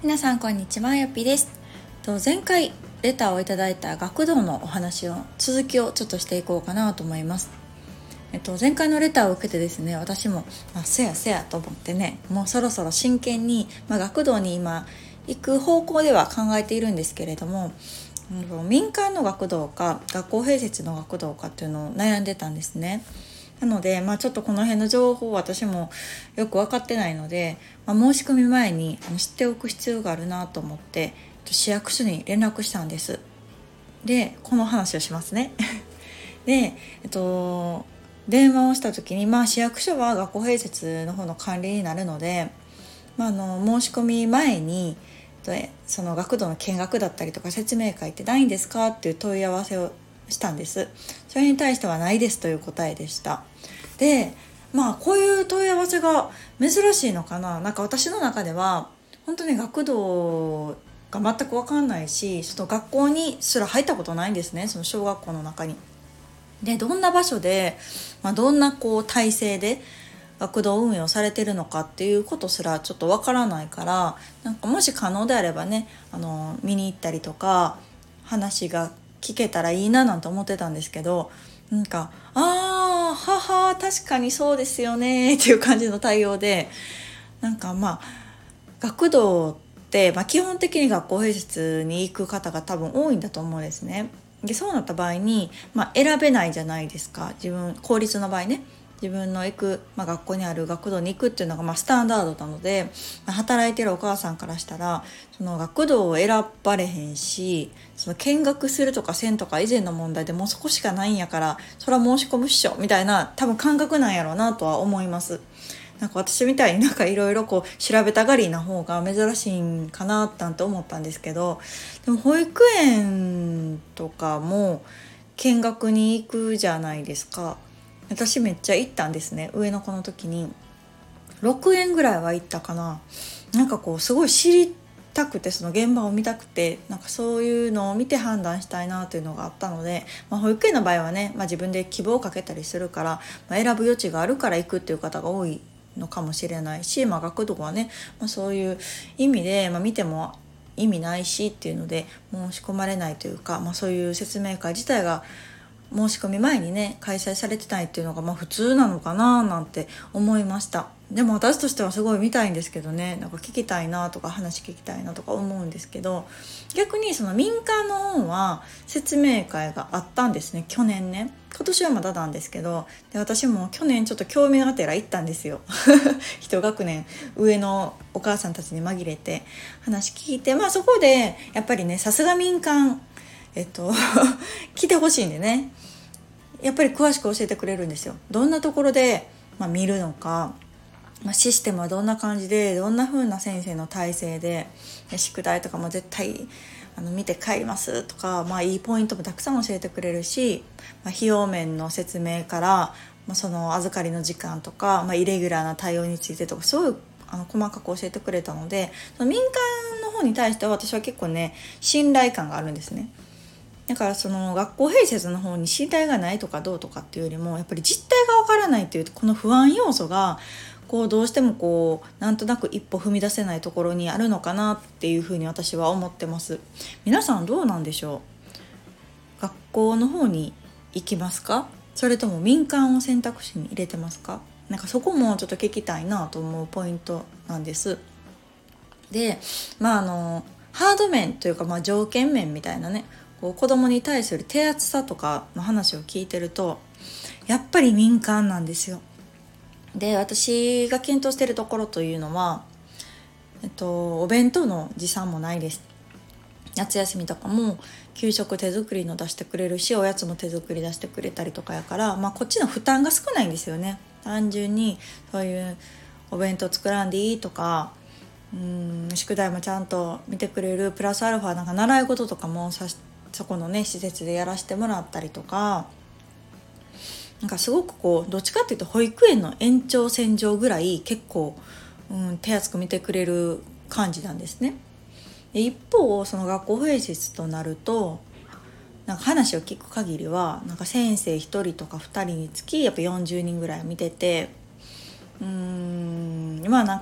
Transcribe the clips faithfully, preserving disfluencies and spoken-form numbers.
皆さんこんにちは、よっぴーです。と前回レターをいただいた学童のお話を続きをちょっとしていこうかなと思います。えっと、前回のレターを受けてですね、私も、まあ、せやせやと思ってね、もうそろそろ真剣に、まあ、学童に今行く方向では考えているんですけれども、うん、民間の学童か学校併設の学童かっていうのを悩んでたんですね。なので、まあ、ちょっとこの辺の情報を私もよく分かってないので、まあ、申し込み前にあの知っておく必要があるなと思って市役所に連絡したんです。でこの話をしますねで、えっと、電話をした時に、まあ、市役所は学校併設の方の管理になるので、まあ、あの申し込み前にその学童の見学だったりとか説明会ってないんですかっていう問い合わせをしたんです。それに対してはないですという答えでした。で、まあこういう問い合わせが珍しいのかな。なんか私の中では本当に学童が全く分かんないし、その学校にすら入ったことないんですね、その小学校の中に。でどんな場所で、まあ、どんなこう体制で学童運営をされてるのかっていうことすらちょっとわからないから、なんかもし可能であればね、あの見に行ったりとか話が聞けたらいいななんて思ってたんですけど、なんかあーはは確かにそうですよねっていう感じの対応で、なんかまあ学童って、まあ、基本的に学校併設に行く方が多分多いんだと思うんですね。でそうなった場合に、まあ、選べないじゃないですか。自分公立の場合ね、自分の行く、まあ、学校にある学童に行くっていうのがまあスタンダードなので、まあ、働いてるお母さんからしたらその学童を選ばれへんし、その見学するとかせんとか以前の問題でもうそこしかないんやから、それは申し込むっしょみたいな多分感覚なんやろうなとは思います。なんか私みたいになんかいろいろこう調べたがりな方が珍しいんかななんて思ったんですけど、でも保育園とかも見学に行くじゃないですか。私めっちゃ行ったんですね、上の子の時に。ろくえんぐらいは行ったかな。なんかこうすごい知りたくて、その現場を見たくて、なんかそういうのを見て判断したいなというのがあったので、まあ、保育園の場合はね、まあ、自分で希望をかけたりするから、まあ、選ぶ余地があるから行くっていう方が多いのかもしれないし、まあ、学童はね、まあ、そういう意味で、まあ、見ても意味ないしっていうので申し込まれないというか、まあ、そういう説明会自体が申し込み前にね開催されてないっていうのがまあ普通なのかななんて思いました。でも私としてはすごい見たいんですけどね、なんか聞きたいなとか話聞きたいなとか思うんですけど、逆にその民間の方は説明会があったんですね、去年ね。今年はまだなんですけど、で私も去年ちょっと興味がてら行ったんですよ一学年上のお母さんたちに紛れて話聞いて、まあそこでやっぱりね、さすが民間えっと来てほしいんでね、やっぱり詳しく教えてくれるんですよ。どんなところで、まあ、見るのか、まあ、システムはどんな感じで、どんな風な先生の体制で、宿題とかも絶対あの見て帰りますとか、まあ、いいポイントもたくさん教えてくれるし、まあ、費用面の説明から、まあ、その預かりの時間とか、まあ、イレギュラーな対応についてとか、そういうあの細かく教えてくれたので、その民間の方に対しては私は結構ね信頼感があるんですね。だからその学校併設の方に信頼がないとかどうとかっていうよりも、やっぱり実態がわからないっていうこの不安要素がこうどうしてもこうなんとなく一歩踏み出せないところにあるのかなっていうふうに私は思ってます。皆さんどうなんでしょう。学校の方に行きますか、それとも民間を選択肢に入れてますか。なんかそこもちょっと聞きたいなと思うポイントなんです。でまああのハード面というか、まあ、条件面みたいなね、こう子供に対する手厚さとかの話を聞いてるとやっぱり民間なんですよ。で私が検討しているところというのは、えっと、お弁当の持参もないです。夏休みとかも給食手作りの出してくれるし、おやつも手作り出してくれたりとかやから、まあ、こっちの負担が少ないんですよね。単純にそういうお弁当作らんでいいとか、うーん宿題もちゃんと見てくれる、プラスアルファなんか習い事とかもさそこのね施設でやらせてもらったりとか、なんかすごくこうどっちかっていうと保育園の延長線上ぐらい結構、うん、手厚く見てくれる感じなんですね。で一方その学校併設となると、なんか話を聞く限りはなんか先生ひとりとかふたりにつきやっぱよんじゅうにんぐらい見てて、うーんまあなんか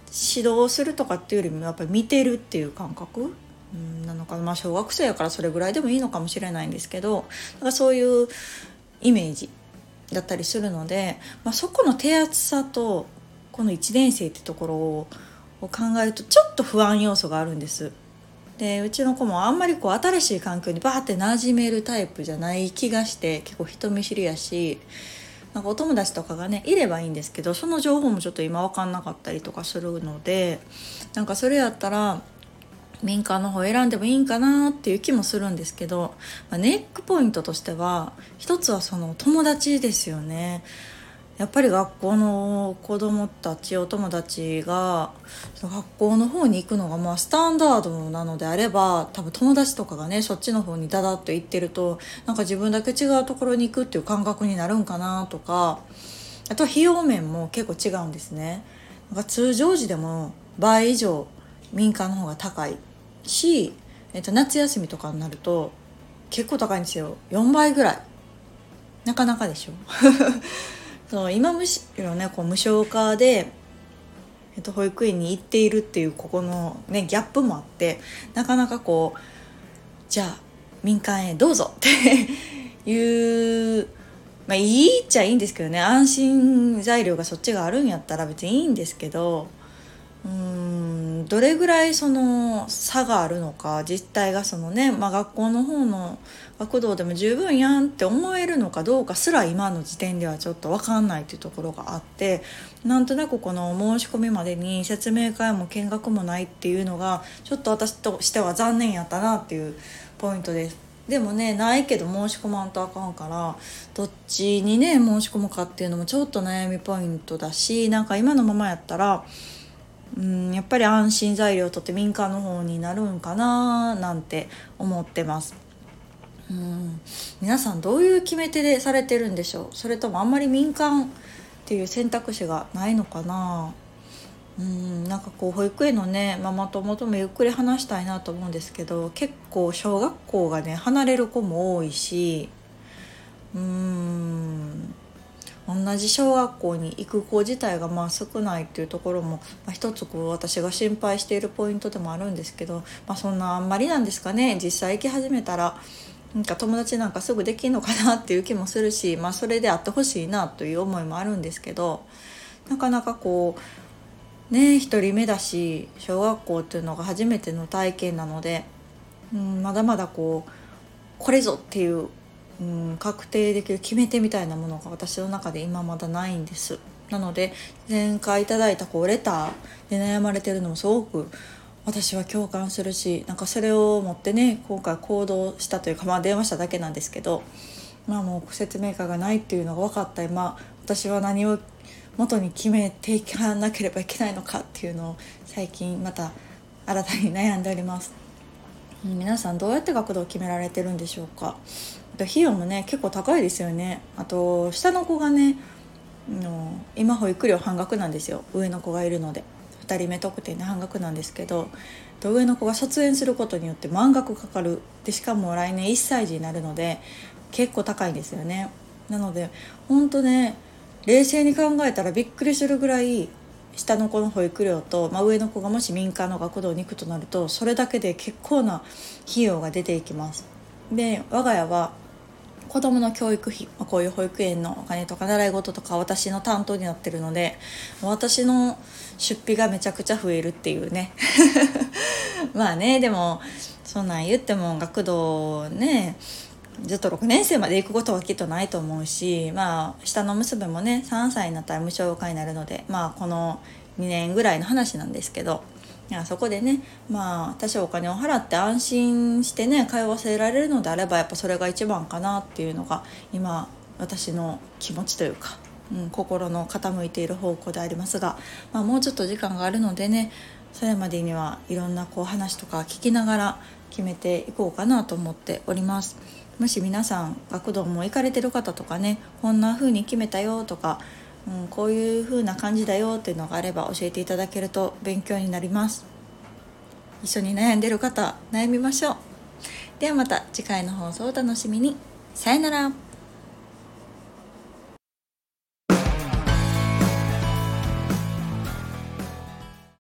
指導するとかっていうよりもやっぱり見てるっていう感覚、うん、なのかな。まあ小学生やからそれぐらいでもいいのかもしれないんですけど、だからそういうイメージだったりするので、まあ、そこの手厚さとこのいちねん生ってところを考えるとちょっと不安要素があるんです。でうちの子もあんまりこう新しい環境にバーって馴染めるタイプじゃない気がして、結構人見知りやし、なんかお友達とかがねいればいいんですけど、その情報もちょっと今分かんなかったりとかするので、なんかそれやったら民間の方選んでもいいんかなっていう気もするんですけど、まあ、ネックポイントとしては一つはその友達ですよね。やっぱり学校の子どもたちお友達が学校の方に行くのがまあスタンダードなのであれば、多分友達とかがねそっちの方にダダッと行ってると、なんか自分だけ違うところに行くっていう感覚になるんかなとか、あと費用面も結構違うんですね。なんか通常時でも倍以上民間の方が高いし、えっと、夏休みとかになると結構高いんですよ。よんばいぐらい。なかなかでしょそう今むしろねこう無償化で、えっと、保育園に行っているっていうここの、ね、ギャップもあって、なかなかこうじゃあ民間へどうぞっていう、まあいいっちゃいいんですけどね、安心材料がそっちがあるんやったら別にいいんですけど、うーんどれぐらいその差があるのか、実態がそのね、まあ、学校の方の学童でも十分やんって思えるのかどうかすら今の時点ではちょっと分かんないというところがあって、なんとなくこの申し込みまでに説明会も見学もないっていうのがちょっと私としては残念やったなっていうポイントです。でもねないけど申し込まんとあかんから、どっちにね申し込むかっていうのもちょっと悩みポイントだし、なんか今のままやったらうんやっぱり安心材料を取って民間の方になるんかななんて思ってます。うん皆さんどういう決め手でされてるんでしょう。それともあんまり民間っていう選択肢がないのかな。うんなんかこう保育園のねママ友ともゆっくり話したいなと思うんですけど、結構小学校がね離れる子も多いし、うーん同じ小学校に行く子自体がまあ少ないっていうところも、まあ、一つこう私が心配しているポイントでもあるんですけど、まあ、そんなあんまりなんですかね。実際行き始めたらなんか友達なんかすぐできるのかなっていう気もするし、まあ、それであってほしいなという思いもあるんですけど、なかなかこうね一人目だし小学校っていうのが初めての体験なので、うん、まだまだこうこれぞっていううん、確定できる決め手みたいなものが私の中で今まだないんです。なので前回いただいたこうレターで悩まれてるのもすごく私は共感するし、なんかそれを持ってね今回行動したというか、まあ電話しただけなんですけど、まあもう説明会がないっていうのが分かった今、私は何を元に決めていかなければいけないのかっていうのを最近また新たに悩んでおります。皆さんどうやって学童を決められてるんでしょうか。費用もね結構高いですよね。あと下の子がねの今保育料半額なんですよ。上の子がいるのでふたりめ特典で半額なんですけど、上の子が卒園することによって満額かかる。でしかも来年いっさい児になるので結構高いんですよね。なので本当ね冷静に考えたらびっくりするぐらい下の子の保育料と、まあ、上の子がもし民間の学童に行くとなるとそれだけで結構な費用が出ていきます。で我が家は子どもの教育費、まあ、こういう保育園のお金とか習い事とか私の担当になってるので、私の出費がめちゃくちゃ増えるっていうねまあね、でもそんなん言っても学童ねずっとろくねん生まで行くことはきっとないと思うし、まあ下の娘もねさんさいになったら無償化になるので、まあこのにねんぐらいの話なんですけど、いやそこでねまあ多少お金を払って安心してね通わせられるのであればやっぱそれが一番かなっていうのが今私の気持ちというか、うん、心の傾いている方向でありますが、まあ、もうちょっと時間があるのでねそれまでにはいろんなこう話とか聞きながら決めていこうかなと思っております。もし皆さん学童も行かれてる方とかねこんな風に決めたよとか、うん、こういう風な感じだよっていうのがあれば教えていただけると勉強になります。一緒に悩んでる方悩みましょう。ではまた次回の放送をお楽しみに。さよなら。